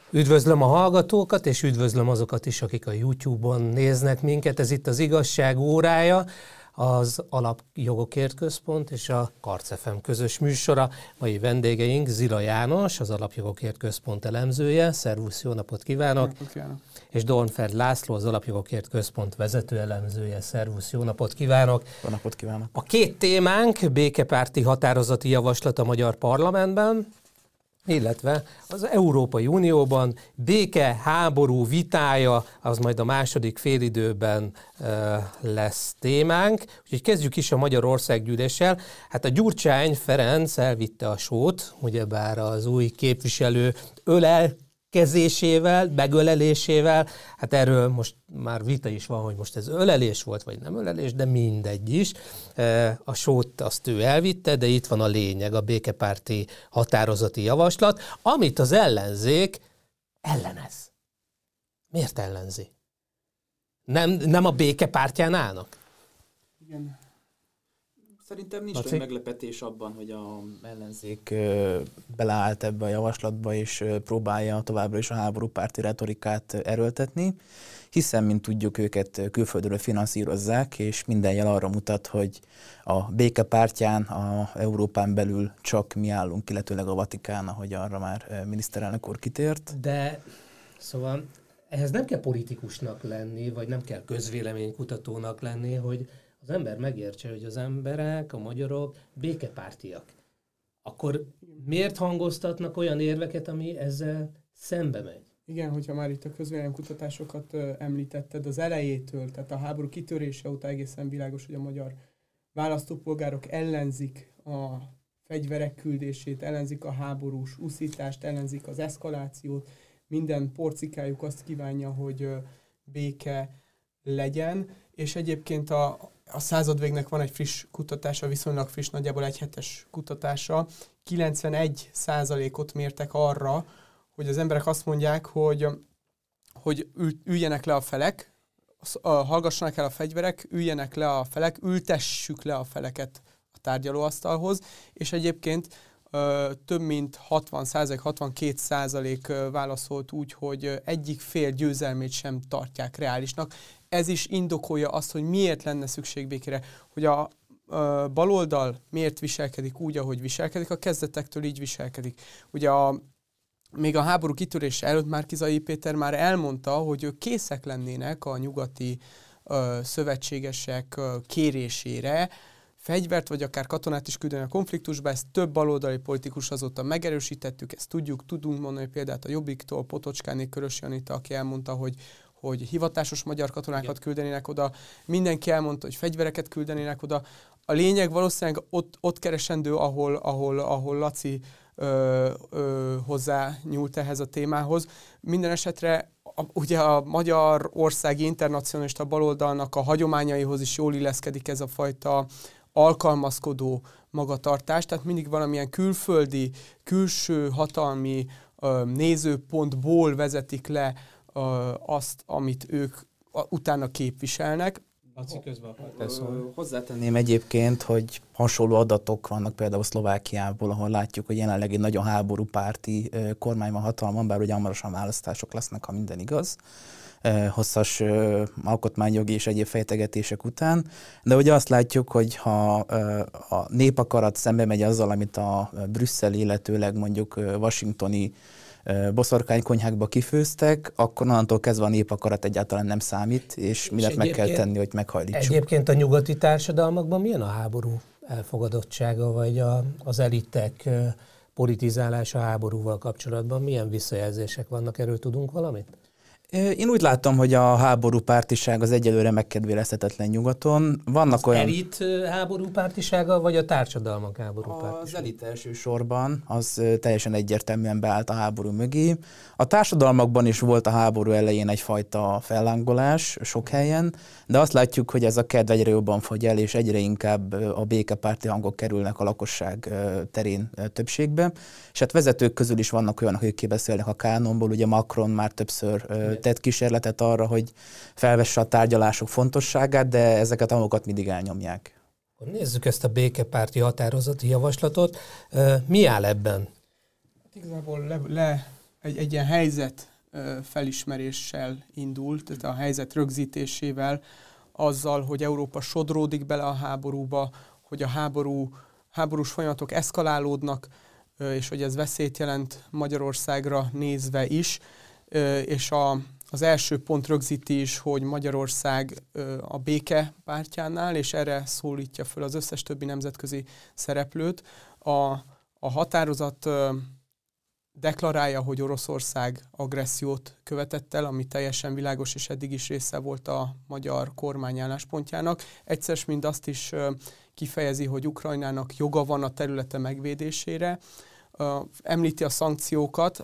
Üdvözlöm a hallgatókat, és üdvözlöm azokat is, akik a YouTube-on néznek minket. Ez itt az Igazság órája, az Alapjogokért Központ és a Karc FM közös műsora. Mai vendégeink Zila János, az Alapjogokért Központ elemzője. Szervusz, jó napot kívánok! És Dornfeld László, az Alapjogokért Központ vezető elemzője. Szervusz, jó napot kívánok! Jó napot kívánok! A két témánk békepárti határozati javaslat a Magyar Parlamentben, illetve az Európai Unióban béke-háború vitája, az majd a második félidőben lesz témánk. Úgyhogy kezdjük is a Magyar Országgyűléssel. Hát a Gyurcsány Ferenc elvitte a sót, ugyebár az új képviselő ölelkezésével, megölelésével. Hát erről most már vita is van, hogy most ez ölelés volt, vagy nem ölelés, de mindegy is. A sót azt ő elvitte, de itt van a lényeg, a békepárti határozati javaslat, amit az ellenzék ellenez. Miért ellenzi? Nem a békepártján állnak? Igen. Szerintem nincs olyan meglepetés abban, hogy az ellenzék beleállt ebbe a javaslatba, és próbálja továbbra is a háborúpárti retorikát erőltetni, hiszen, mint tudjuk, őket külföldről finanszírozzák, és minden jel arra mutat, hogy a békepártján, a Európán belül csak mi állunk, illetőleg a Vatikán, ahogy arra már miniszterelnök úr kitért. De szóval ehhez nem kell politikusnak lenni, vagy nem kell közvéleménykutatónak lenni, hogy az ember megértse, hogy az emberek, a magyarok békepártiak. Akkor miért hangoztatnak olyan érveket, ami ezzel szembe megy? Igen, hogyha már itt a közvéleménykutatásokat említetted, az elejétől, tehát a háború kitörése óta egészen világos, hogy a magyar választópolgárok ellenzik a fegyverek küldését, ellenzik a háborús uszítást, ellenzik az eszkalációt, minden porcikájuk azt kívánja, hogy béke legyen, és egyébként a századvégnek van egy friss kutatása, viszonylag friss, nagyjából egy hetes kutatása. 91%-ot mértek arra, hogy az emberek azt mondják, hogy üljenek le a felek, hallgassanak el a fegyverek, üljenek le a felek, ültessük le a feleket a tárgyalóasztalhoz, és egyébként több mint 62% válaszolt úgy, hogy egyik fél győzelmét sem tartják reálisnak. Ez is indokolja azt, hogy miért lenne szükség békére, hogy a baloldal miért viselkedik úgy, ahogy viselkedik, a kezdetektől így viselkedik. Ugye még a háború kitörése előtt Márki-Zay Péter már elmondta, hogy ők készek lennének a nyugati szövetségesek kérésére fegyvert, vagy akár katonát is küldeni a konfliktusba. Ezt több baloldali politikus azóta megerősítettük, ezt tudunk mondani példát a Jobbiktól, Potocskánék, Körös Janita, aki elmondta, hogy hivatásos magyar katonákat küldenének oda, mindenki elmondta, hogy fegyvereket küldenének oda. A lényeg valószínűleg ott keresendő, ahol Laci hozzá nyúlt ehhez a témához. Minden esetre ugye a magyarországi internacionalista baloldalnak a hagyományaihoz is jól illeszkedik ez a fajta alkalmazkodó magatartás, tehát mindig valamilyen külföldi, külső hatalmi nézőpontból vezetik le azt, amit ők utána képviselnek. Hozzátenném egyébként, hogy hasonló adatok vannak például Szlovákiából, ahol látjuk, hogy jelenleg egy nagyon háborúpárti kormány van hatalmon, bár ugye hamarosan választások lesznek, ha minden igaz, hosszas alkotmányjogi és egyéb fejtegetések után. De ugye azt látjuk, hogy ha a népakarat szembe megy azzal, amit a brüsszeli, illetőleg mondjuk washingtoni boszorkánykonyhákba kifőztek, akkor onnantól kezdve a népakarat egyáltalán nem számít, és mindent meg kell tenni, hogy meghajlítsuk. Egyébként a nyugati társadalmakban milyen a háború elfogadottsága, vagy az elitek politizálása háborúval kapcsolatban? Milyen visszajelzések vannak? Erről tudunk valamit? Én úgy látom, hogy a háborúpártiság az egyelőre megkedvélezhetetlen nyugaton. Vannak olyan... elit háborúpártisága, vagy a társadalmak háborúpártisága? Az elit elsősorban, az teljesen egyértelműen beállt a háború mögé. A társadalmakban is volt a háború elején egyfajta fellángolás sok helyen, de azt látjuk, hogy ez a kedv egyre jobban fogy el, és egyre inkább a békepárti hangok kerülnek a lakosság terén többségbe. És hát vezetők közül is vannak olyanok, akik beszélnek a kánonból, ugye Macron már többször tett kísérletet arra, hogy felvesse a tárgyalások fontosságát, de ezeket a hangokat mindig elnyomják. Nézzük ezt a békepárti határozati javaslatot. Mi áll ebben? Hát igazából egy ilyen helyzet felismeréssel indult, tehát a helyzet rögzítésével, azzal, hogy Európa sodródik bele a háborúba, hogy a háborús folyamatok eszkalálódnak, és hogy ez veszélyt jelent Magyarországra nézve is, és az első pont rögzíti is, hogy Magyarország a béke pártjánál, és erre szólítja föl az összes többi nemzetközi szereplőt. A határozat deklarálja, hogy Oroszország agressziót követett el, ami teljesen világos, és eddig is része volt a magyar kormány álláspontjának. Egyszer mind azt is kifejezi, hogy Ukrajnának joga van a területe megvédésére. Említi a szankciókat,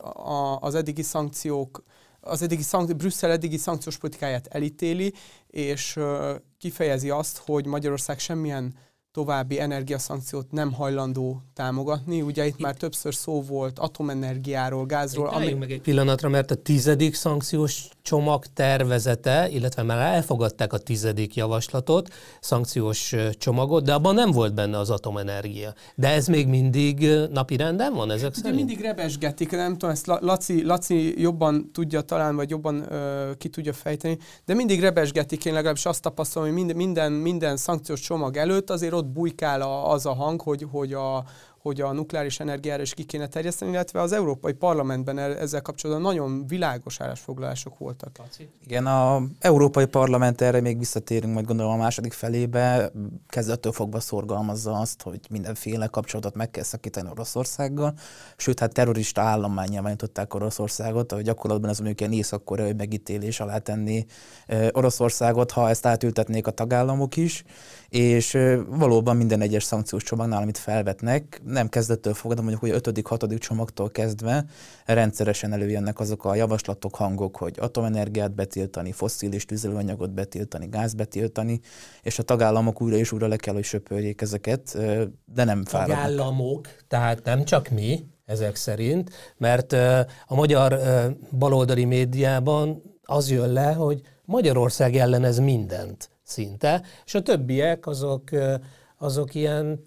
Brüsszel eddigi szankciós politikáját elítéli, és kifejezi azt, hogy Magyarország semmilyen további energiaszankciót nem hajlandó támogatni. Ugye itt már többször szó volt atomenergiáról, gázról. Álljunk meg egy pillanatra, mert a 10. szankciós csomag tervezete, illetve már elfogadták a 10. javaslatot, szankciós csomagot, de abban nem volt benne az atomenergia. De ez még mindig napirenden van ezek szerint? De mindig rebesgetik, nem tudom, ezt Laci jobban tudja talán, vagy jobban ki tudja fejteni, de mindig rebesgetik, én legalábbis azt tapasztalom, hogy minden szankciós csomag előtt azért ott bujkál az a hang, hogy a nukleáris energiára is ki kéne terjeszteni, illetve az Európai Parlamentben ezzel kapcsolatban nagyon világos állásfoglalások voltak. Igen, az Európai Parlament, erre még visszatérünk, majd gondolom a második felébe, kezdettől fogva szorgalmazza azt, hogy mindenféle kapcsolatot meg kell szakítani Oroszországgal, sőt, hát terrorista állommá nyilvánították Oroszországot, ahogy gyakorlatban ez mondjuk ilyen észak-koreai megítélés alá tenni Oroszországot, ha ezt átültetnék a tagállamok is, és valóban minden egyes szankciós csomagnál, amit felvetnek, nem kezdettől fogva, mondjuk, hogy 5.-6. csomagtól kezdve rendszeresen előjönnek azok a javaslatok, hangok, hogy atomenergiát betiltani, fosszilis tüzelőanyagot betiltani, gáz betiltani, és a tagállamok újra és újra le kell, hogy söpörjék ezeket, de nem fáradnak. Tagállamok, tehát nem csak mi, ezek szerint, mert a magyar baloldali médiában az jön le, hogy Magyarország ellenez mindent szinte, és a többiek azok ilyen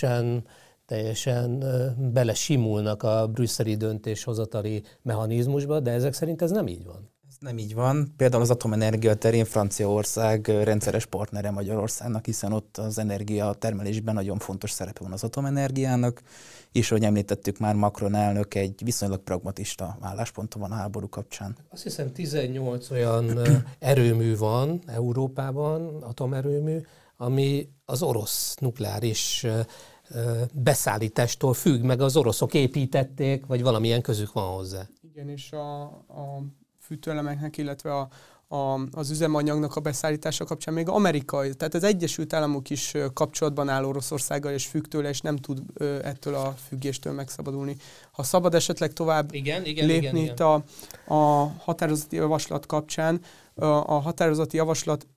teljesen belesimulnak a brüsszeli döntéshozatali mechanizmusba, de ezek szerint ez nem így van. Ez nem így van. Például az atomenergia terén Franciaország rendszeres partnere Magyarországnak, hiszen ott az energiatermelésben nagyon fontos szerepe van az atomenergiának, és ahogy említettük már, Macron elnök egy viszonylag pragmatista állásponton van a háború kapcsán. Azt hiszem 18 olyan erőmű van Európában, atomerőmű, ami az orosz nukleáris beszállítástól függ, meg az oroszok építették, vagy valamilyen közük van hozzá. Igen, és a fűtőelemeknek, illetve az üzemanyagnak a beszállítása kapcsán még amerikai, tehát az Egyesült Államok is kapcsolatban áll Oroszországgal, és függ tőle, és nem tud ettől a függéstől megszabadulni. Ha szabad esetleg tovább lépni itt a határozati javaslat kapcsán, a határozati javaslat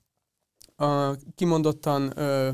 kimondottan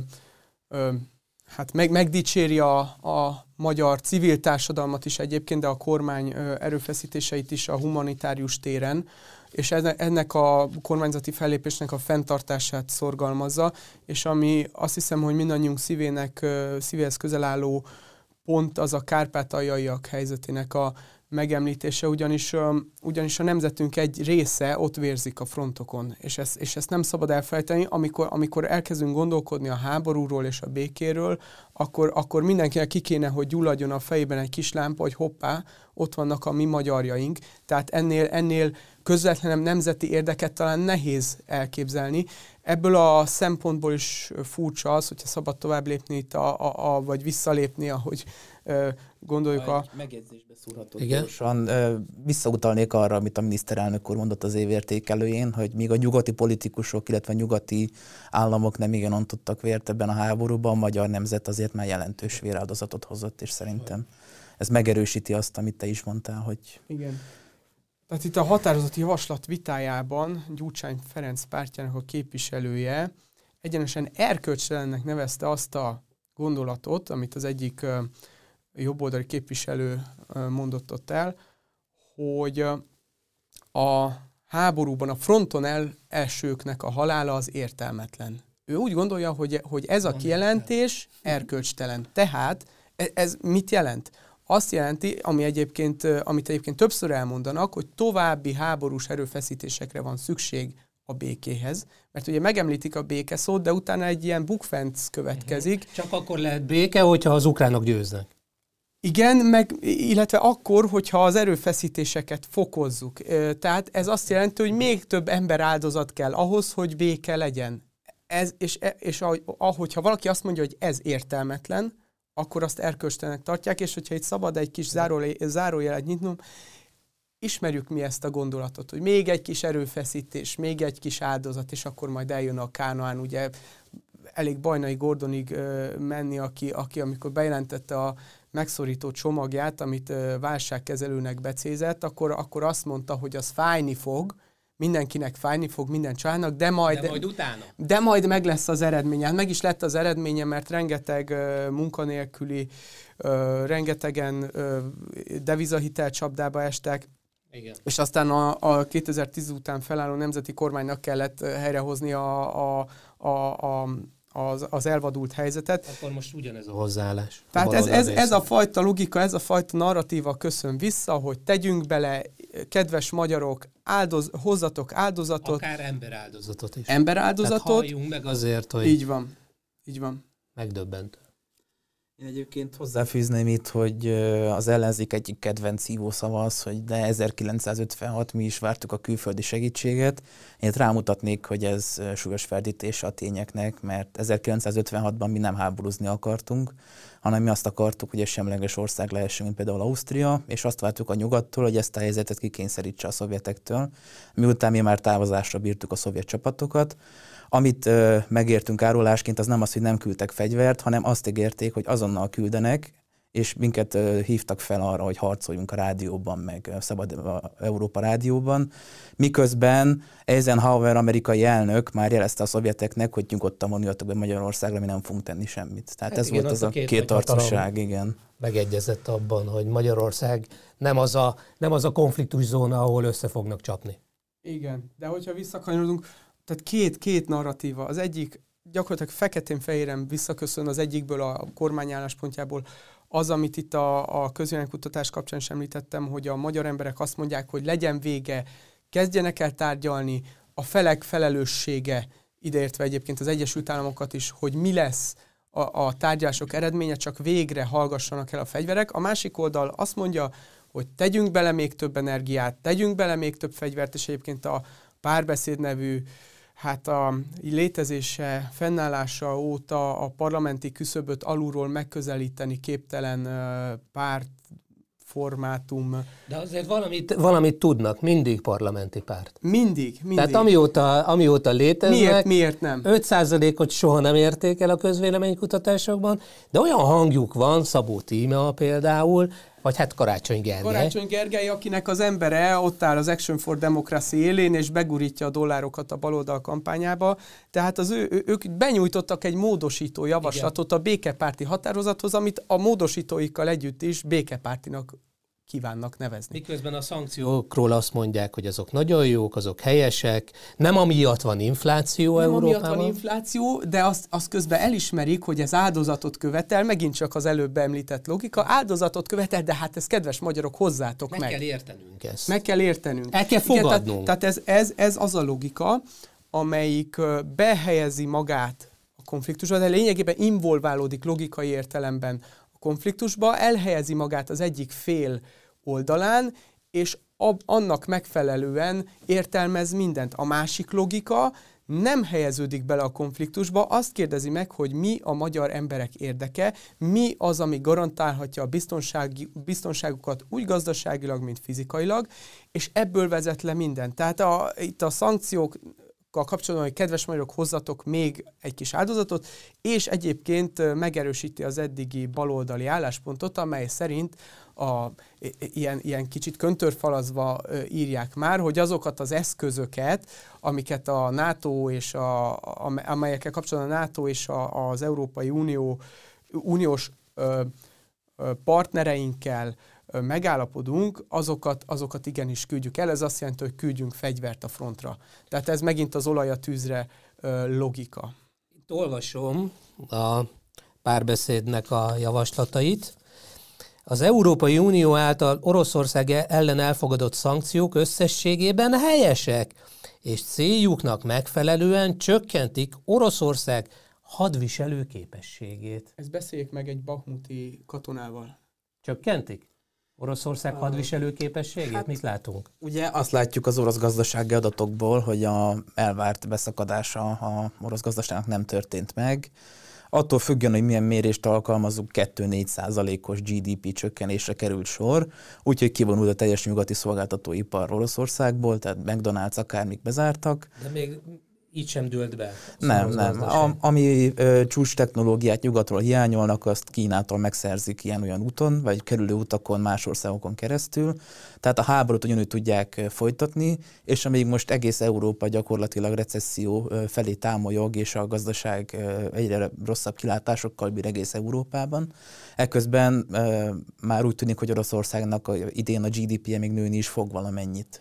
megdicséri a magyar civil társadalmat is egyébként, de a kormány erőfeszítéseit is a humanitárius téren, és ennek a kormányzati fellépésnek a fenntartását szorgalmazza, és ami azt hiszem, hogy mindannyiunk szívéhez közel álló pont az a kárpátaljaiak helyzetének a megemlítése, ugyanis a nemzetünk egy része ott vérzik a frontokon, és ezt nem szabad elfelejteni, amikor elkezdünk gondolkodni a háborúról és a békéről, akkor mindenkinek ki kéne, hogy gyulladjon a fejében egy kis lámpa, hogy hoppá, ott vannak a mi magyarjaink, tehát ennél közvetlenül nemzeti érdeket talán nehéz elképzelni. Ebből a szempontból is furcsa az, hogyha szabad tovább lépni itt vagy visszalépni, ahogy gondoljuk megjegyzésbe szúrható gyorsan. Visszautalnék arra, amit a miniszterelnök úr mondott az évértékelőjén, hogy míg a nyugati politikusok, illetve a nyugati államok nem igen ontottak vért ebben a háborúban, a magyar nemzet azért már jelentős véráldozatot hozott, és szerintem ez megerősíti azt, amit te is mondtál, hogy... Igen. Tehát itt a határozati javaslat vitájában Gyurcsány Ferenc pártjának a képviselője egyenesen erkölcstelennek nevezte azt a gondolatot, amit az egyik jobboldali képviselő mondott ott el, hogy a háborúban a fronton elsőknek a halála az értelmetlen. Ő úgy gondolja, hogy ez a kijelentés erkölcstelen. Tehát ez mit jelent? azt jelenti, amit egyébként többször elmondanak, hogy további háborús erőfeszítésekre van szükség a békéhez, mert ugye megemlítik a béke szót, de utána egy ilyen bukfenc következik. Csak akkor lehet béke, hogyha az ukránok győznek. Igen, illetve akkor, hogyha az erőfeszítéseket fokozzuk. Tehát ez azt jelenti, hogy még több ember áldozat kell ahhoz, hogy béke legyen. Ahogyha valaki azt mondja, hogy ez értelmetlen, akkor azt erkölcstelennek tartják, és hogyha itt szabad egy kis zárójelet nyitnom, ismerjük mi ezt a gondolatot, hogy még egy kis erőfeszítés, még egy kis áldozat, és akkor majd eljön a Kánaán, ugye elég Bajnai Gordonig menni, aki amikor bejelentette a megszorító csomagját, amit válságkezelőnek becézett, akkor azt mondta, hogy az fájni fog, mindenkinek fájni fog, minden családnak, de majd utána. De majd meg lesz az eredménye. Hát meg is lett az eredménye, mert rengeteg munkanélküli, rengetegen devizahitel csapdába estek, igen. És aztán a 2010 után felálló nemzeti kormánynak kellett helyrehozni az elvadult helyzetet. Akkor most ugyanez a hozzáállás. Tehát ez a fajta logika, ez a fajta narratíva köszön vissza, hogy tegyünk bele, kedves magyarok, hozzatok áldozatot. Akár emberáldozatot is. Emberáldozatot. Tehát halljunk meg azért, hogy... Így van. Megdöbbentő. Én egyébként hozzáfűzném itt, hogy az ellenzék egyik kedvenc hívószava az, hogy de 1956 mi is vártuk a külföldi segítséget. Én itt rámutatnék, hogy ez súlyos ferdítése a tényeknek, mert 1956-ban mi nem háborúzni akartunk, hanem mi azt akartuk, hogy egy semleges ország lehessünk, mint például Ausztria, és azt vártuk a nyugattól, hogy ezt a helyzetet kikényszerítse a szovjetektől. Miután mi már távozásra bírtuk a szovjet csapatokat, amit megértünk árulásként, az nem az, hogy nem küldtek fegyvert, hanem azt ígérték, hogy azonnal küldenek, és minket hívtak fel arra, hogy harcoljunk a rádióban, meg Szabad Európa rádióban. Miközben Eisenhower amerikai elnök már jelezte a szovjeteknek, hogy nyugodtan vonuljatok be Magyarországra, mi nem fogunk tenni semmit. Tehát ez igen, volt az a kétarcúság, igen. Megegyezett abban, hogy Magyarország nem az a konfliktuszóna, ahol össze fognak csapni. Igen, de hogyha visszakanyarodunk, tehát két narratíva. Az egyik gyakorlatilag feketén-fehéren visszaköszön az egyikből a kormány álláspontjából. Az, amit itt a közvéleménykutatás kapcsán is említettem, hogy a magyar emberek azt mondják, hogy legyen vége, kezdjenek el tárgyalni, a felek felelőssége, ideértve egyébként az Egyesült Államokat is, hogy mi lesz a tárgyalások eredménye, csak végre hallgassanak el a fegyverek. A másik oldal azt mondja, hogy tegyünk bele még több energiát, tegyünk bele még több fegyvert, és egyébként a Párbeszéd nevű, hát a létezése, fennállása óta a parlamenti küszöböt alulról megközelíteni képtelen pártformátum. De azért valamit tudnak, mindig parlamenti párt. Mindig. Tehát amióta léteznek, miért nem? 5%-ot soha nem érték el a közvéleménykutatásokban, de olyan hangjuk van, Szabó Tímea például, vagy hát Karácsony Gergely. Karácsony Gergely, akinek az embere ott áll az Action for Democracy élén, és begurítja a dollárokat a baloldal kampányába. Tehát ők benyújtottak egy módosító javaslatot a békepárti határozathoz, amit a módosítóikkal együtt is békepártinak kívánnak nevezni. Miközben a szankciókról azt mondják, hogy azok nagyon jók, azok helyesek, nem amiatt van infláció Európában. Nem amiatt van infláció, de azt közben elismerik, hogy ez áldozatot követel, megint csak az előbb említett logika, áldozatot követel, de hát ez kedves magyarok, hozzátok meg. Meg kell értenünk ezt. Meg kell értenünk. El kell fogadnunk. Igen, tehát ez az a logika, amelyik behelyezi magát a konfliktusba, de lényegében involválódik logikai értelemben a konfliktusba, elhelyezi magát az egyik fél oldalán, és annak megfelelően értelmez mindent. A másik logika nem helyeződik bele a konfliktusba, azt kérdezi meg, hogy mi a magyar emberek érdeke, mi az, ami garantálhatja a biztonságukat úgy gazdaságilag, mint fizikailag, és ebből vezet le minden. Tehát itt a szankciók kapcsolatban, hogy kedves magyarok, hozzatok még egy kis áldozatot, és egyébként megerősíti az eddigi baloldali álláspontot, amely szerint ilyen kicsit köntörfalazva írják már, hogy azokat az eszközöket, amiket a NATO és amelyekkel kapcsolatban a NATO és az Európai Uniós partnereinkkel megállapodunk, azokat igenis küldjük el. Ez azt jelenti, hogy küldjünk fegyvert a frontra. Tehát ez megint az olaj a tűzre logika. Itt olvasom a Párbeszédnek a javaslatait. Az Európai Unió által Oroszország ellen elfogadott szankciók összességében helyesek, és céljuknak megfelelően csökkentik Oroszország hadviselő képességét. Ezt beszéljék meg egy bahmuti katonával. Csökkentik Oroszország hadviselő képességét? Hát, mit látunk? Ugye azt látjuk az orosz gazdasági adatokból, hogy a elvárt beszakadása a orosz gazdaságnak nem történt meg. Attól függően, hogy milyen mérést alkalmazunk, 2-4%-os GDP csökkenésre került sor, úgyhogy kivonult a teljes nyugati szolgáltatóipar Oroszországból, tehát McDonald's akármik bezártak. De még így sem dőlt be. Nem. Ami csúcs technológiát nyugatról hiányolnak, azt Kínától megszerzik ilyen-olyan úton, vagy kerülő utakon, más országokon keresztül. Tehát a háborút ugyanúgy tudják folytatni, és amíg most egész Európa gyakorlatilag recesszió felé támolyog, és a gazdaság egyre rosszabb kilátásokkal bír egész Európában, ekközben már úgy tűnik, hogy Oroszországnak idén a GDP-je még nőni is fog valamennyit.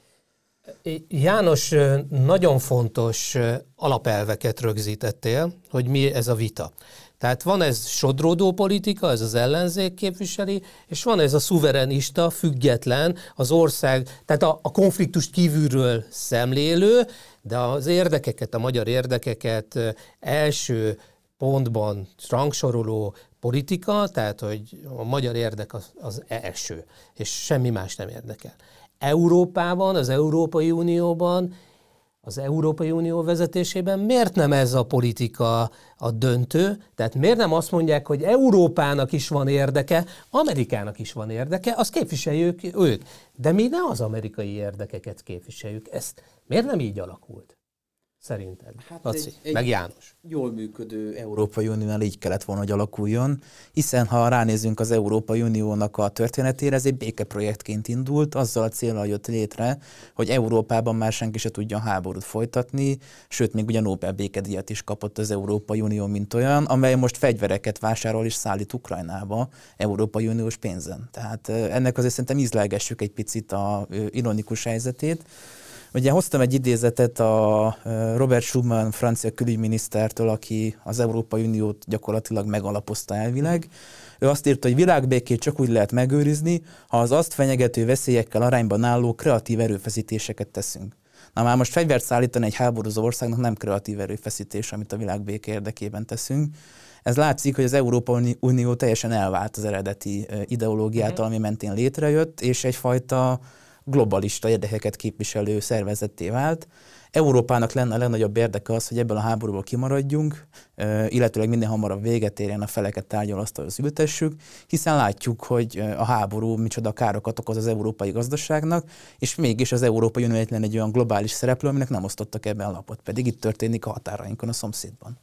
János, nagyon fontos alapelveket rögzítettél, hogy mi ez a vita. Tehát van ez sodródó politika, ez az ellenzék képviseli, és van ez a szuverenista, független, az ország, tehát a konfliktust kívülről szemlélő, de az érdekeket, a magyar érdekeket első pontban rangsoroló politika, tehát hogy a magyar érdek az első, és semmi más nem érdekel. Európában, az Európai Unióban, az Európai Unió vezetésében miért nem ez a politika a döntő? Tehát miért nem azt mondják, hogy Európának is van érdeke, Amerikának is van érdeke, azt képviseljük ők. De mi ne az amerikai érdekeket képviseljük. Ezt miért nem így alakult? Szerinted? Hát Laci, meg János. Jól működő Európai Uniónál így kellett volna, hogy alakuljon, hiszen ha ránézünk az Európai Uniónak a történetére, ez egy békeprojektként indult, azzal a céllal jött létre, hogy Európában már senki se tudja háborút folytatni, sőt, még ugye Nobel békedíjat is kapott az Európai Unió, mint olyan, amely most fegyvereket vásárol és szállít Ukrajnába Európai Uniós pénzen. Tehát ennek azért szerintem ízlelgessük egy picit a ironikus helyzetét. Ugye hoztam egy idézetet a Robert Schuman francia külügyminisztertől, aki az Európai Uniót gyakorlatilag megalapozta elvileg. Ő azt írta, hogy világbékét csak úgy lehet megőrizni, ha az azt fenyegető veszélyekkel arányban álló kreatív erőfeszítéseket teszünk. Na már most fegyvert szállítani egy háborúzó országnak nem kreatív erőfeszítés, amit a világbéke érdekében teszünk. Ez látszik, hogy az Európai Unió teljesen elvált az eredeti ideológiától, ami mentén létrejött, és egyfajta globalista érdekeket képviselő szervezetté vált. Európának lenne a legnagyobb érdeke az, hogy ebből a háborúból kimaradjunk, illetőleg minél hamarabb véget érjen, a feleket tárgyalasztalhoz ültessük, hiszen látjuk, hogy a háború micsoda károkat okoz az európai gazdaságnak, és mégis az Európai Unió egyetlen egy olyan globális szereplő, aminek nem osztottak ebben a lapot, pedig itt történik a határainkon, a szomszédban.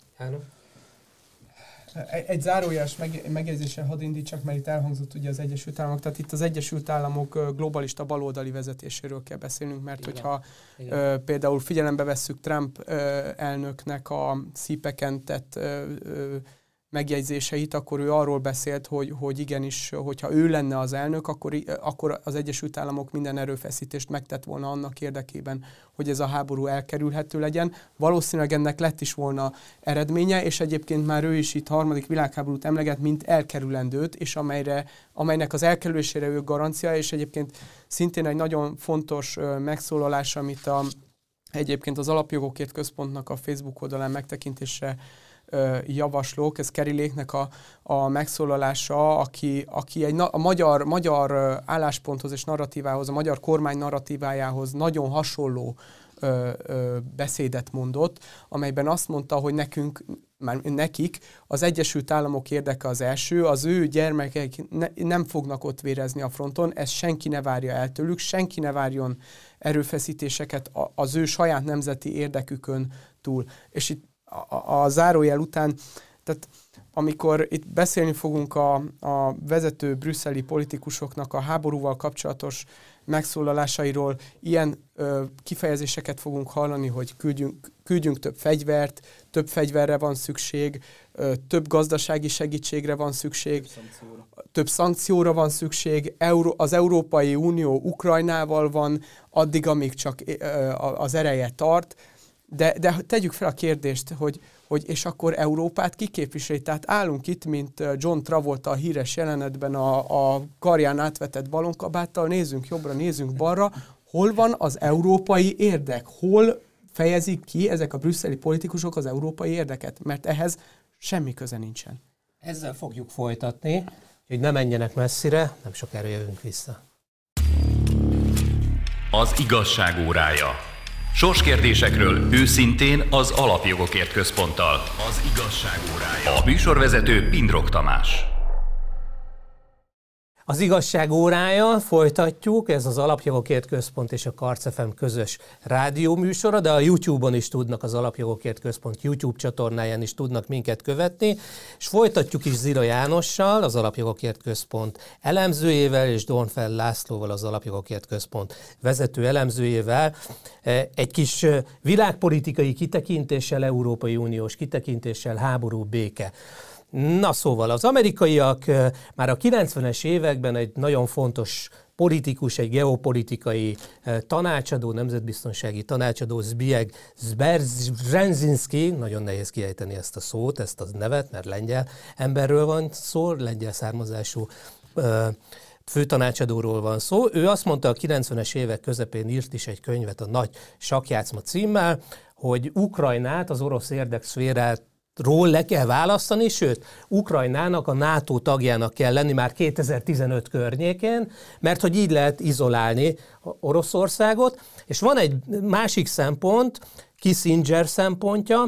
Egy zárójeles megjegyzéssel hadd indítsak, mert itt elhangzott ugye az Egyesült Államok, tehát itt az Egyesült Államok globalista baloldali vezetéséről kell beszélnünk, mert hogyha például figyelembe vesszük Trump elnöknek a szípeken tett megjegyzéseit, akkor ő arról beszélt, hogy igenis, hogyha ő lenne az elnök, akkor az Egyesült Államok minden erőfeszítést megtett volna annak érdekében, hogy ez a háború elkerülhető legyen. Valószínűleg ennek lett is volna eredménye, és egyébként már ő is itt harmadik világháborút emleget, mint elkerülendőt, és amelynek az elkerülésére ő garancia, és egyébként szintén egy nagyon fontos megszólalás, amit egyébként az Alapjogokért Központnak a Facebook oldalán megtekintésre javaslók, ez Keri Lakenek a megszólalása, aki a magyar állásponthoz és narratívához, a magyar kormány narratívájához nagyon hasonló beszédet mondott, amelyben azt mondta, hogy nekik az Egyesült Államok érdeke az első, az ő gyermekek nem fognak ott vérezni a fronton, ezt senki ne várja el tőlük, senki ne várjon erőfeszítéseket az ő saját nemzeti érdekükön túl. És itt a zárójel után, tehát amikor itt beszélni fogunk a vezető brüsszeli politikusoknak a háborúval kapcsolatos megszólalásairól, ilyen kifejezéseket fogunk hallani, hogy küldjünk több fegyvert, több fegyverre van szükség, több gazdasági segítségre van szükség, több szankcióra van szükség, az Európai Unió Ukrajnával van addig, amíg csak az ereje tart, de tegyük fel a kérdést, hogy és akkor Európát kiképviseli. Tehát állunk itt, mint John Travolta a híres jelenetben a karján átvetett balonkabáttal, nézzünk jobbra, nézzünk balra, hol van az európai érdek? Hol fejezik ki ezek a brüsszeli politikusok az európai érdeket? Mert ehhez semmi köze nincsen. Ezzel fogjuk folytatni, hogy ne menjenek messzire, nem sokára jövünk vissza. Az igazság órája. Sorskérdésekről őszintén az Alapjogokért Központtal. Az igazság órája. A műsorvezető Pindrok Tamás. Az igazság órája, folytatjuk, ez az Alapjogokért Központ és a Karc FM közös rádióműsora, de a YouTube-on is tudnak, az Alapjogokért Központ YouTube csatornáján is tudnak minket követni, és folytatjuk is Zira Jánossal, az Alapjogokért Központ elemzőjével, és Dornfeld Lászlóval, az Alapjogokért Központ vezető elemzőjével, egy kis világpolitikai kitekintéssel, Európai Uniós kitekintéssel, háború, béke. Na szóval az amerikaiak már a 90-es években egy nagyon fontos politikus, egy geopolitikai tanácsadó, nemzetbiztonsági tanácsadó, Zbigniew Brzezinski, nagyon nehéz kiejteni ezt a szót, ezt a nevet, mert lengyel emberről van szó, lengyel származású főtanácsadóról van szó. Ő azt mondta, a 90-es évek közepén írt is egy könyvet a Nagy sakkjátszma címmel, hogy Ukrajnát, az orosz érdekszférát le kell választani, sőt, Ukrajnának a NATO tagjának kell lenni már 2015 környékén, mert hogy így lehet izolálni Oroszországot. És van egy másik szempont, Kissinger szempontja,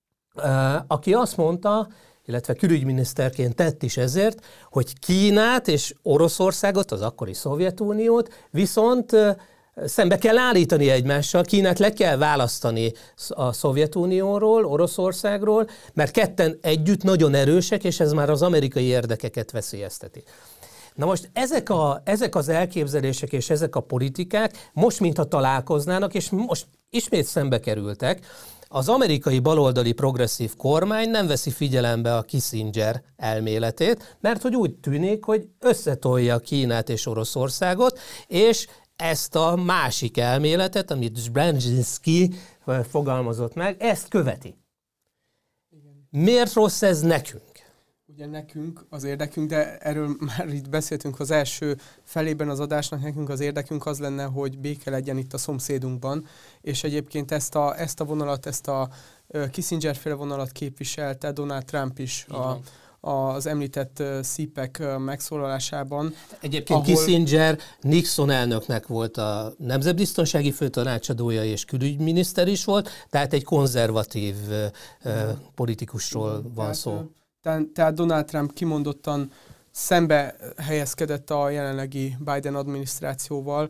aki azt mondta, illetve külügyminiszterként tett is ezért, hogy Kínát és Oroszországot, az akkori Szovjetuniót viszont szembe kell állítani egymással, Kínát le kell választani a Szovjetunióról, Oroszországról, mert ketten együtt nagyon erősek, és ez már az amerikai érdekeket veszélyezteti. Na most ezek az elképzelések és ezek a politikák most mintha találkoznának, és most ismét szembe kerültek. Az amerikai baloldali progresszív kormány nem veszi figyelembe a Kissinger elméletét, mert hogy úgy tűnik, hogy összetolja Kínát és Oroszországot, és ezt a másik elméletet, amit Brzezinski fogalmazott meg, ezt követi. Igen. Miért rossz ez nekünk? Ugye nekünk az érdekünk, de erről már itt beszéltünk az első felében az adásnak, nekünk az érdekünk az lenne, hogy béke legyen itt a szomszédunkban, és egyébként ezt a vonalat, ezt a Kissinger-féle vonalat képviselte Donald Trump is az említett CPEC megszólalásában. Egyébként Kissinger Nixon elnöknek volt a nemzetbiztonsági főtanácsadója és külügyminiszter is volt, tehát egy konzervatív politikusról van szó. Tehát Donald Trump kimondottan szembe helyezkedett a jelenlegi Biden adminisztrációval,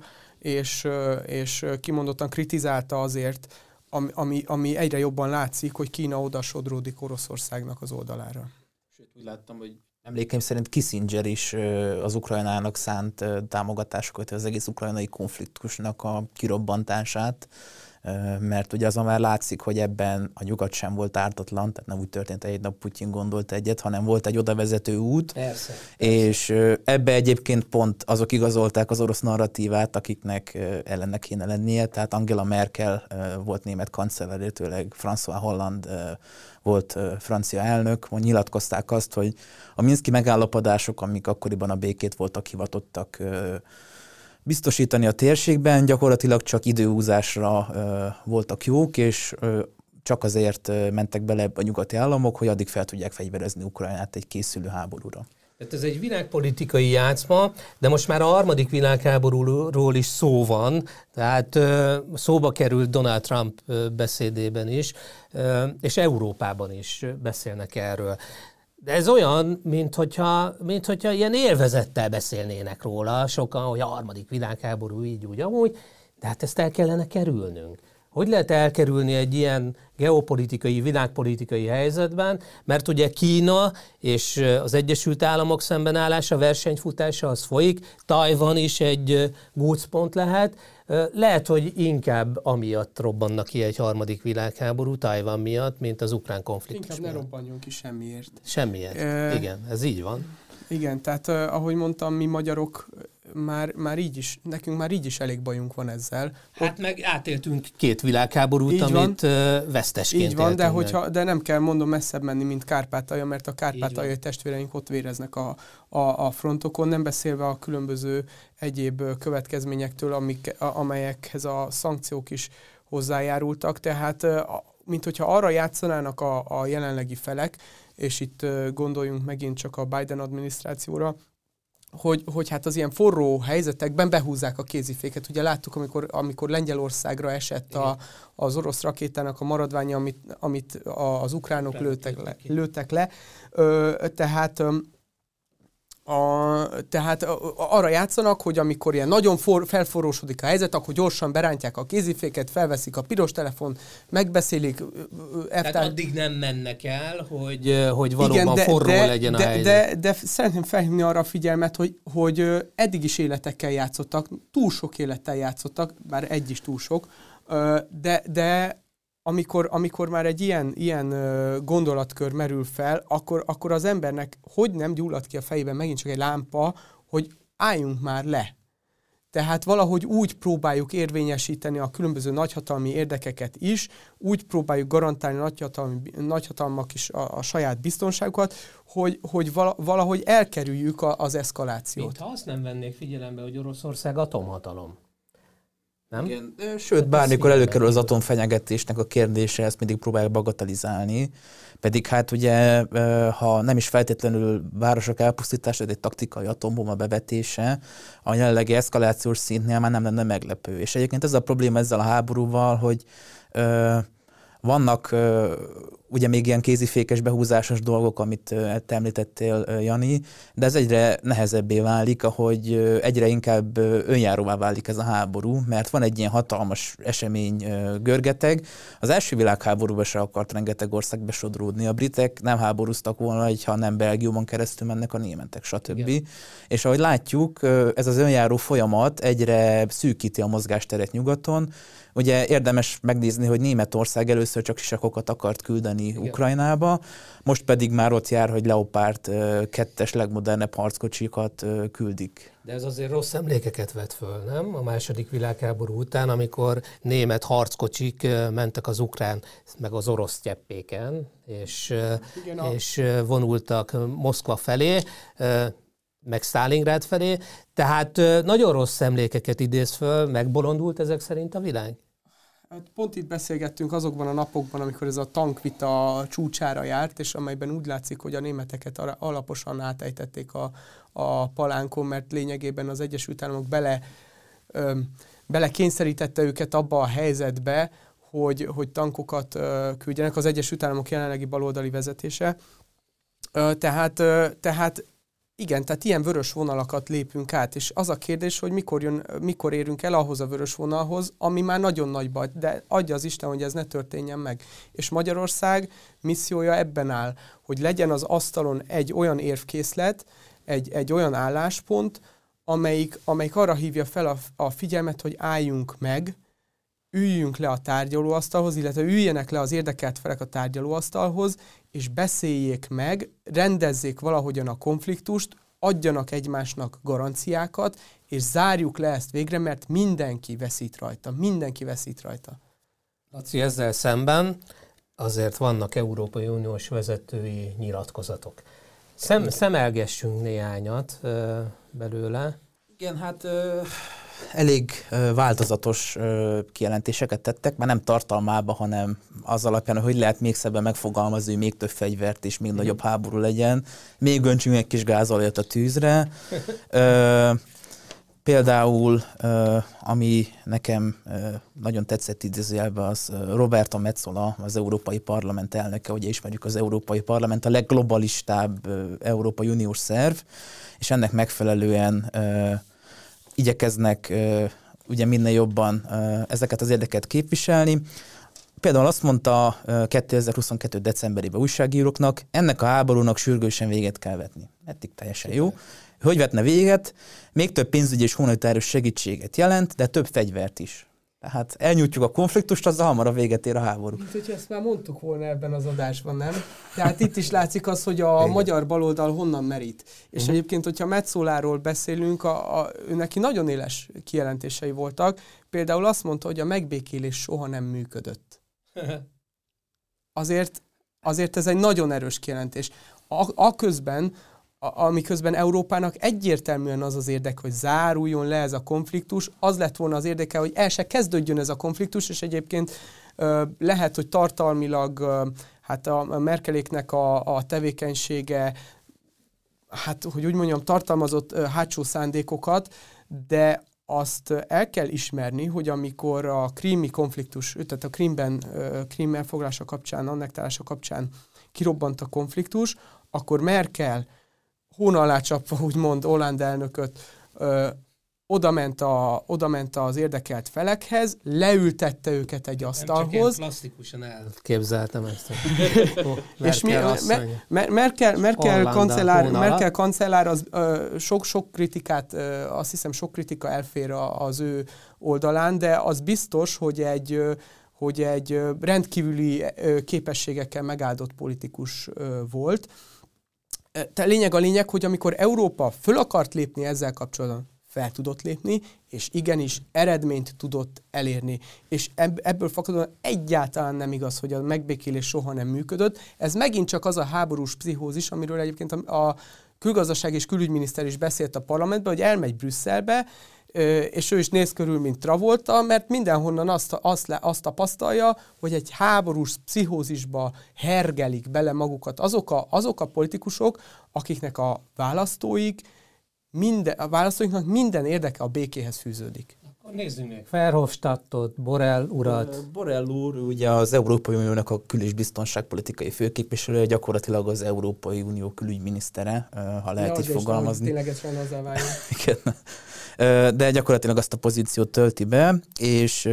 és kimondottan kritizálta azért, ami egyre jobban látszik, hogy Kína odasodródik Oroszországnak az oldalára. Sőt, úgy láttam, hogy emlékeim szerint Kissinger is az Ukrajnának szánt támogatásokat, az egész ukrajnai konfliktusnak a kirobbantását, mert ugye azon már látszik, hogy ebben a nyugat sem volt ártatlan, tehát nem úgy történt, egy nap Putyin gondolt egyet, hanem volt egy odavezető út, Persze. És ebbe egyébként pont azok igazolták az orosz narratívát, akiknek ellennek kéne lennie, tehát Angela Merkel volt német kancellár, illetőleg François Hollande volt francia elnök, nyilatkozták azt, hogy a minszki megállapodások, amik akkoriban a békét voltak hivatottak biztosítani a térségben, gyakorlatilag csak időhúzásra voltak jók, és csak azért mentek bele a nyugati államok, hogy addig fel tudják fegyverezni Ukrajnát egy készülő háborúra. Tehát ez egy világpolitikai játszma, de most már a harmadik világháborúról is szó van, tehát szóba került Donald Trump beszédében is, és Európában is beszélnek erről. De ez olyan, mint hogyha ilyen élvezettel beszélnének róla sokan, hogy a harmadik világháború így úgy amúgy, de hát ezt el kellene kerülnünk. Hogy lehet elkerülni egy ilyen geopolitikai, világpolitikai helyzetben, mert ugye Kína és az Egyesült Államok szembenállása, versenyfutása az folyik, Tajvan is egy gócpont lehet. Lehet, hogy inkább amiatt robbannak ki egy harmadik világháború, Tajvan miatt, mint az ukrán konfliktus inkább miatt. Ne robbanjon ki semmiért. Semmiért, igen, ez így van. Igen, tehát ahogy mondtam, mi magyarok már így is, nekünk már így is elég bajunk van ezzel. Hát meg átéltünk 2 világháborút, amit vesztesként így van, de nem kell mondom messzebb menni, mint Kárpátalja, mert a kárpátaljai testvéreink ott véreznek a frontokon, nem beszélve a különböző egyéb következményektől, amelyekhez a szankciók is hozzájárultak. Tehát, mint hogyha arra játszanának a jelenlegi felek, és itt gondoljunk megint csak a Biden adminisztrációra, hogy hát az ilyen forró helyzetekben behúzzák a kéziféket. Ugye láttuk, amikor Lengyelországra esett az orosz rakétának a maradványa, amit az ukránok lőttek le. Tehát arra játszanak, hogy amikor ilyen nagyon felforrósodik a helyzet, akkor gyorsan berántják a kéziféket, felveszik a piros telefon, megbeszélik. Tehát addig nem mennek el, hogy valóban forró legyen a helyzet. De szeretném felhívni arra a figyelmet, hogy eddig is életekkel játszottak, túl sok élettel játszottak, bár egy is túl sok, de amikor már egy ilyen gondolatkör merül fel, akkor az embernek hogy nem gyullad ki a fejében megint csak egy lámpa, hogy álljunk már le. Tehát valahogy úgy próbáljuk érvényesíteni a különböző nagyhatalmi érdekeket is, úgy próbáljuk garantálni nagyhatalmak is a saját biztonságukat, hogy valahogy elkerüljük az eszkalációt. Mintha azt nem vennék figyelembe, hogy Oroszország atomhatalom. Nem? Igen, sőt, bármikor előkerül az atomfenyegetésnek a kérdése, ezt mindig próbálják bagatelizálni. Pedig hát ugye, ha nem is feltétlenül városok elpusztítása, de egy taktikai atombomba bevetése, a jelenlegi eszkalációs szintnél már nem lenne meglepő. És egyébként ez a probléma ezzel a háborúval, hogy vannak ugye még ilyen kézifékes, behúzásos dolgok, amit te említettél, Jani, de ez egyre nehezebbé válik, ahogy egyre inkább önjáróvá válik ez a háború, mert van egy ilyen hatalmas esemény görgeteg. Az első világháborúban se akart rengeteg ország besodródni. A britek nem háborúztak volna, ha nem Belgiumon keresztül mennek a németek, stb. Igen. És ahogy látjuk, ez az önjáró folyamat egyre szűkíti a mozgásteret nyugaton. Ugye érdemes megnézni, hogy Németország először csak sisakokat akart küldeni Ukrajnába, most pedig már ott jár, hogy Leopard 2-es legmodernebb harckocsikat küldik. De ez azért rossz emlékeket vet föl, nem? A II. Világháború után, amikor német harckocsik mentek az ukrán, meg az orosz cseppéken, és vonultak Moszkva felé, meg Sztálingrád felé, tehát nagyon rossz emlékeket idéz föl, megbolondult ezek szerint a világ? Hát pont itt beszélgettünk azokban a napokban, amikor ez a tankvita csúcsára járt, és amelyben úgy látszik, hogy a németeket alaposan átejtették a palánkon, mert lényegében az Egyesült Államok bele kényszerítette őket abba a helyzetbe, hogy tankokat küldjenek, az Egyesült Államok jelenlegi baloldali vezetése. Tehát igen, tehát ilyen vörös vonalakat lépünk át, és az a kérdés, hogy mikor érünk el ahhoz a vörös vonalhoz, ami már nagyon nagy baj, de adja az Isten, hogy ez ne történjen meg. És Magyarország missziója ebben áll, hogy legyen az asztalon egy olyan érvkészlet, egy olyan álláspont, amelyik arra hívja fel a figyelmet, hogy álljunk meg, üljünk le a tárgyalóasztalhoz, illetve üljenek le az érdekelt felek a tárgyalóasztalhoz, és beszéljék meg, rendezzék valahogyan a konfliktust, adjanak egymásnak garanciákat, és zárjuk le ezt végre, mert mindenki veszít rajta. Laci, ezzel szemben azért vannak Európai Uniós vezetői nyilatkozatok. Szemelgessünk néhányat belőle. Igen, hát elég változatos kijelentéseket tettek, már nem tartalmába, hanem az alapján, hogy lehet még szebben megfogalmazni, hogy még több fegyvert és még nagyobb háború legyen. Még öntsünk egy kis gázolajat a tűzre. Például, ami nekem nagyon tetszett idézőjelben, az Roberta Metsola, az Európai Parlament elnöke, ugye ismerjük az Európai Parlament, a legglobalistább Európai Uniós szerv, és ennek megfelelően igyekeznek ugye minél jobban ezeket az érdeket képviselni. Például azt mondta 2022. decemberében újságíróknak, ennek a háborúnak sürgősen véget kell vetni. Eddig teljesen jó. Hogy vetne véget? Még több pénzügyi és humanitárius segítséget jelent, de több fegyvert is. Tehát elnyújtjuk a konfliktust, azzal hamarabb véget ér a háború. Mint hogyha ezt már mondtuk volna ebben az adásban, nem? Tehát itt is látszik az, hogy a magyar baloldal honnan merít. És egyébként, hogyha Metzoláról beszélünk, ő neki nagyon éles kijelentései voltak. Például azt mondta, hogy a megbékélés soha nem működött. Azért ez egy nagyon erős kijelentés. Amiközben Európának egyértelműen az az érdeke, hogy záruljon le ez a konfliktus, az lett volna az érdeke, hogy el se kezdődjön ez a konfliktus, és egyébként lehet, hogy tartalmilag hát a Merkeléknek a tevékenysége, hát hogy úgy mondjam, tartalmazott hátsó szándékokat, de azt el kell ismerni, hogy amikor a krími konfliktus, tehát a Krím elfoglalása kapcsán, annektálása kapcsán kirobbant a konfliktus, akkor Merkel hóna alá csapva, úgymond Hollande elnököt, odament az érdekelt felekhez, leültette őket egy asztalhoz. Nem csak plastikusan elképzeltem ezt. Merkel kancellár az sok kritikát, azt hiszem sok kritika elfér az ő oldalán, de az biztos, hogy egy rendkívüli képességekkel megáldott politikus volt. A lényeg, hogy amikor Európa föl akart lépni ezzel kapcsolatban, fel tudott lépni, és igenis eredményt tudott elérni. És ebből fakadóan egyáltalán nem igaz, hogy a megbékélés soha nem működött. Ez megint csak az a háborús pszichózis, amiről egyébként a külgazdaság és külügyminiszter is beszélt a parlamentben, hogy elmegy Brüsszelbe, és ő is néz körül, mint Travolta, mert mindenhonnan azt tapasztalja, hogy egy háborús pszichózisba hergelik bele magukat azok a politikusok, akiknek a választóiknak minden érdeke a békéhez fűződik. Akkor nézzünk meg Verhofstadtot, Borrell urat. Borrell úr ugye az Európai Uniónak a kül- és biztonságpolitikai főképviselője, gyakorlatilag az Európai Unió külügyminisztere, ha lehet így fogalmazni. Ténylegesen azzá váljon. Igen. De gyakorlatilag azt a pozíciót tölti be, és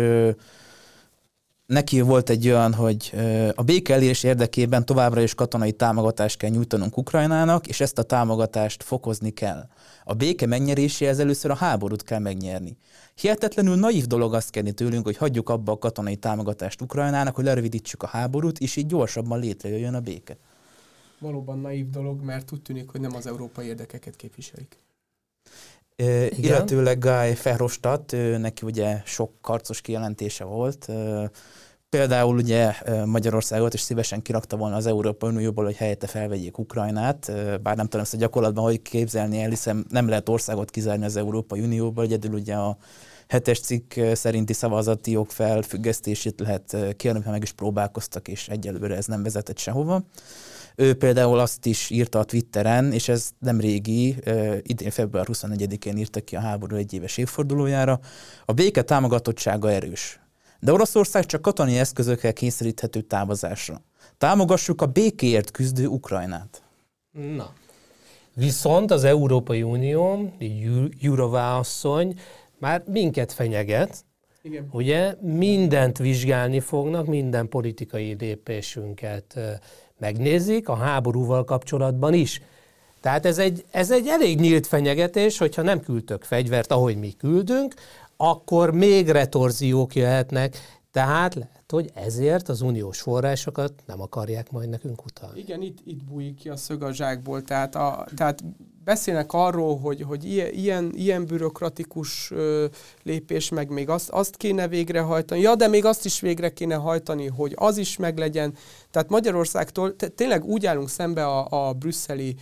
neki volt egy olyan, hogy a béke elérés érdekében továbbra is katonai támogatást kell nyújtanunk Ukrajnának, és ezt a támogatást fokozni kell. A béke megnyeréséhez először a háborút kell megnyerni. Hihetetlenül naív dolog azt kérni tőlünk, hogy hagyjuk abba a katonai támogatást Ukrajnának, hogy lerövidítsük a háborút, és így gyorsabban létrejöjjön a béke. Valóban naív dolog, mert úgy tűnik, hogy nem az európai érdekeket képviselik. Illetőleg Guy Verhofstadt, neki ugye sok karcos kijelentése volt. Például ugye Magyarországot is szívesen kirakta volna az Európai Unióból, hogy helyette felvegyék Ukrajnát, bár nem tudom ezt a gyakorlatban hogy képzelni el, hiszen nem lehet országot kizárni az Európai Unióból, egyedül ugye a 7-es cikk szerinti szavazati jog felfüggesztését lehet kérni, ha meg is próbálkoztak, és egyelőre ez nem vezetett sehova. Ő például azt is írta a Twitteren, és ez nem régi, idén február 24-én írta ki a háború egyéves évfordulójára, a béke támogatottsága erős. De Oroszország csak katonai eszközökkel kényszeríthető távozásra. Támogassuk a békéért küzdő Ukrajnát. Na, viszont az Európai Unió, Jourová asszony már minket fenyeget. Igen. Ugye mindent vizsgálni fognak, minden politikai lépésünket megnézik, a háborúval kapcsolatban is. Tehát ez egy elég nyílt fenyegetés, hogyha nem küldtök fegyvert, ahogy mi küldünk, akkor még retorziók jöhetnek, tehát lehet, hogy ezért az uniós forrásokat nem akarják majd nekünk utalni. Igen, itt bújik ki a szög a zsákból, tehát beszélnek arról, hogy ilyen bürokratikus lépés, meg még azt kéne végrehajtani, de még azt is végre kéne hajtani, hogy az is meglegyen. Tehát Magyarországtól tényleg úgy állunk szembe a brüsszeli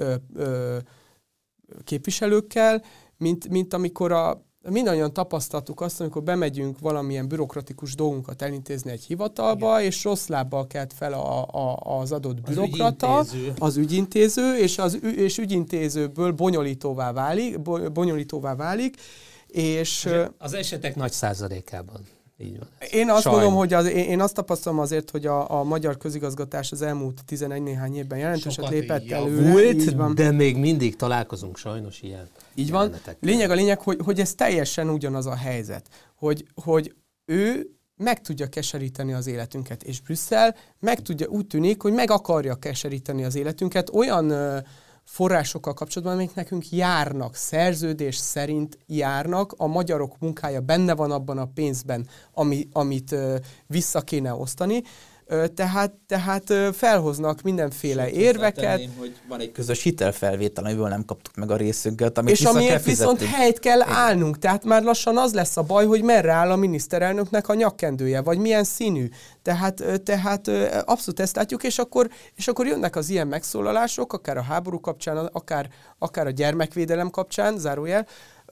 képviselőkkel, mint amikor mindannyian tapasztaltuk azt, amikor bemegyünk valamilyen bürokratikus dolgunkat elintézni egy hivatalba, és rossz lábbal kelt fel az adott bürokrata, az ügyintéző, és ügyintézőből bonyolítóvá válik, és az esetek nagy százalékában. Így van. Én azt mondom, hogy én azt tapasztalom azért, hogy a magyar közigazgatás az elmúlt 11 néhány évben jelentőset lépett előre. De még mindig találkozunk sajnos ilyen. Így van. Lényeg, hogy ez teljesen ugyanaz a helyzet, hogy ő meg tudja keseríteni az életünket, és Brüsszel úgy tűnik, hogy meg akarja keseríteni az életünket olyan forrásokkal kapcsolatban, amik nekünk járnak, szerződés szerint járnak, a magyarok munkája benne van abban a pénzben, amit vissza kéne osztani, tehát felhoznak mindenféle érveket. Hogy van egy közös hitelfelvétel, amiből nem kaptuk meg a részünket, amit és amiért viszont helyt kell állnunk. Tehát már lassan az lesz a baj, hogy merre áll a miniszterelnöknek a nyakkendője, vagy milyen színű. Tehát abszolút ezt látjuk, és akkor jönnek az ilyen megszólalások, akár a háború kapcsán, akár a gyermekvédelem kapcsán, zárójel,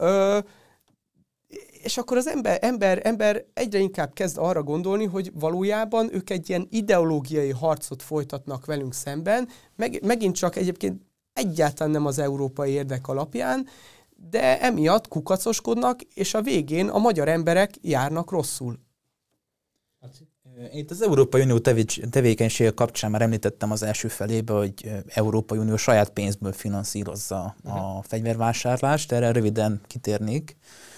és akkor az ember egyre inkább kezd arra gondolni, hogy valójában ők egy ilyen ideológiai harcot folytatnak velünk szemben, megint csak egyébként egyáltalán nem az európai érdek alapján, de emiatt kukacoskodnak, és a végén a magyar emberek járnak rosszul. Itt az Európai Unió tevékenysége kapcsán már említettem az első felébe, hogy Európai Unió saját pénzből finanszírozza a fegyvervásárlást, erre röviden kitérnék.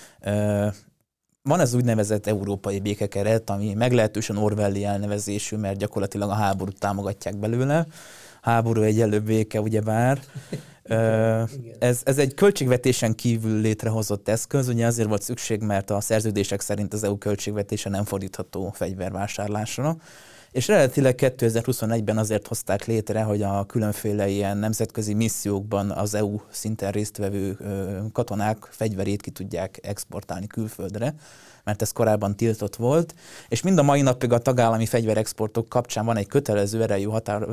Van ez úgynevezett európai békekeret, ami meglehetősen orwelli elnevezésű, mert gyakorlatilag a háborút támogatják belőle. Háború egyenlő béke, ugyebár. Ez egy költségvetésen kívül létrehozott eszköz, ugye azért volt szükség, mert a szerződések szerint az EU költségvetése nem fordítható fegyvervásárlásra. És eredetileg 2021-ben azért hozták létre, hogy a különféle ilyen nemzetközi missziókban az EU szinten résztvevő katonák fegyverét ki tudják exportálni külföldre, mert ez korábban tiltott volt, és mind a mai napig a tagállami fegyverexportok kapcsán van egy kötelező erejű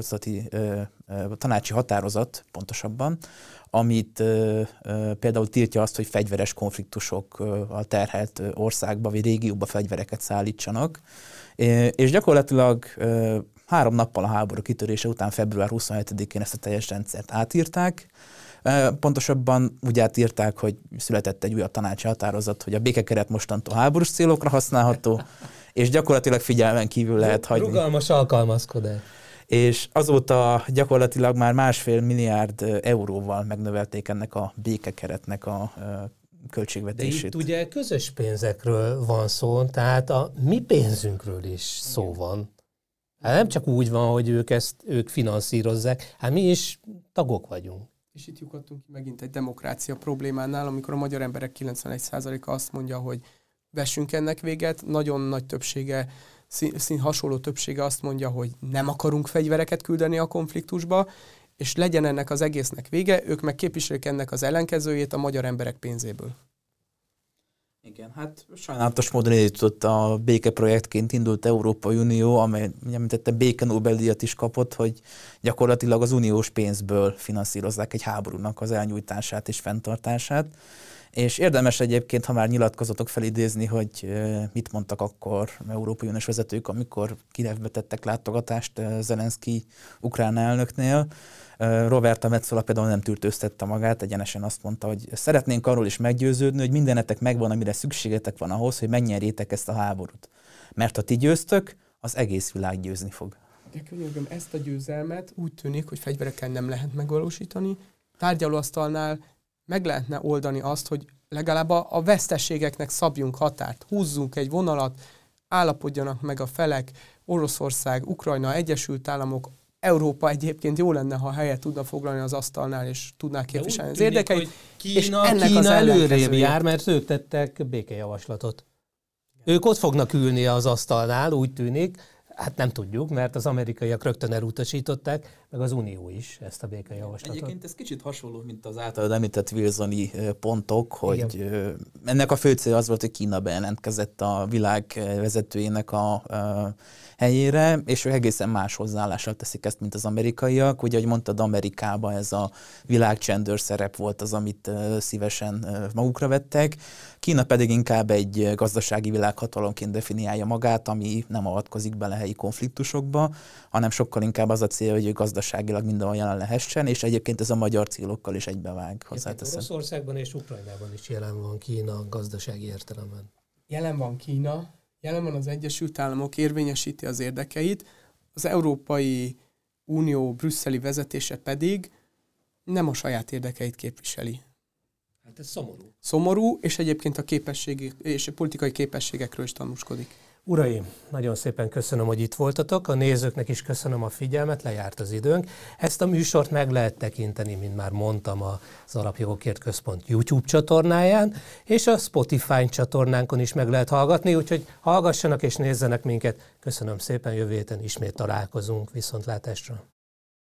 tanácsi határozat, pontosabban, amit például tiltja azt, hogy fegyveres konfliktusokkal terhelt országba vagy régióba fegyvereket szállítsanak. És gyakorlatilag 3 nappal a háború kitörése után, február 27-én ezt a teljes rendszert átírták. Pontosabban úgy átírták, hogy született egy újabb tanácsi határozat, hogy a békekeret mostantól háborús célokra használható, és gyakorlatilag figyelmen kívül lehet hagyni. Rugalmas alkalmazkodás. És azóta gyakorlatilag már 1,5 milliárd euróval megnövelték ennek a békekeretnek a költségvetését. De itt ugye közös pénzekről van szó, tehát a mi pénzünkről is szó van. Hát nem csak úgy van, hogy ők finanszírozzák, hát mi is tagok vagyunk. És itt lyukadtunk ki megint egy demokrácia problémánál, amikor a magyar emberek 91%-a azt mondja, hogy vessünk ennek véget, nagyon nagy többsége, hasonló többsége azt mondja, hogy nem akarunk fegyvereket küldeni a konfliktusba, és legyen ennek az egésznek vége, ők meg képviselik ennek az ellenkezőjét a magyar emberek pénzéből. Igen, hát sajnálatos módon indított a békeprojektként indult Európai Unió, amely, említette, béke Nobel-díjat is kapott, hogy gyakorlatilag az uniós pénzből finanszírozzák egy háborúnak az elnyújtását és fenntartását. És érdemes egyébként, ha már nyilatkozatok felidézni, hogy mit mondtak akkor Európai Uniós vezetők, amikor Kijevbe tettek látogatást Zelenszky ukrán elnöknél. Roberta Metsola például nem tűrtőztette magát, egyenesen azt mondta, hogy szeretnénk arról is meggyőződni, hogy mindenetek megvan, amire szükségetek van ahhoz, hogy megnyerjétek ezt a háborút. Mert ha ti győztök, az egész világ győzni fog. De könyörgöm, ezt a győzelmet úgy tűnik, hogy fegyverekkel nem lehet megvalósítani. Tárgyalóasztalnál meg lehetne oldani azt, hogy legalább a veszteségeknek szabjunk határt, húzzunk egy vonalat, állapodjanak meg a felek, Oroszország, Ukrajna, Egyesült Államok, Európa egyébként jó lenne, ha helyet tudna foglalni az asztalnál, és tudná képviselni az érdekeit. Kína előrébb jár, mert ők tettek békejavaslatot. Ők ott fognak ülni az asztalnál, úgy tűnik. Hát nem tudjuk, mert az amerikaiak rögtön elutasították, meg az Unió is ezt a békejavaslatot. Egyébként ez kicsit hasonló, mint az általad említett wilsoni pontok, hogy ennek a fő cél az volt, hogy Kína bejelentkezett a világ vezetőjének a helyére, és ők egészen más hozzáállással teszik ezt, mint az amerikaiak. Ugye, ahogy mondtad, Amerikában ez a világcsendőr szerep volt az, amit szívesen magukra vettek. Kína pedig inkább egy gazdasági világhatalomként definiálja magát, ami nem avatkozik bele helyi konfliktusokba, hanem sokkal inkább az a cél, hogy ő gazdaságilag mindenhol jelen lehessen, és egyébként ez a magyar célokkal is egybevág. Oroszországban és Ukrajnában is jelen van Kína gazdasági értelemben. Jelen van Kína, jelen van az Egyesült Államok, érvényesíti az érdekeit, az Európai Unió brüsszeli vezetése pedig nem a saját érdekeit képviseli. Hát ez szomorú. Szomorú, és egyébként a képességek és a politikai képességekről is tanúskodik. Uraim, nagyon szépen köszönöm, hogy itt voltatok, a nézőknek is köszönöm a figyelmet, lejárt az időnk. Ezt a műsort meg lehet tekinteni, mint már mondtam, az Alapjogokért Központ YouTube csatornáján, és a Spotify csatornánkon is meg lehet hallgatni, úgyhogy hallgassanak és nézzenek minket. Köszönöm szépen, jövő héten ismét találkozunk, viszontlátásra!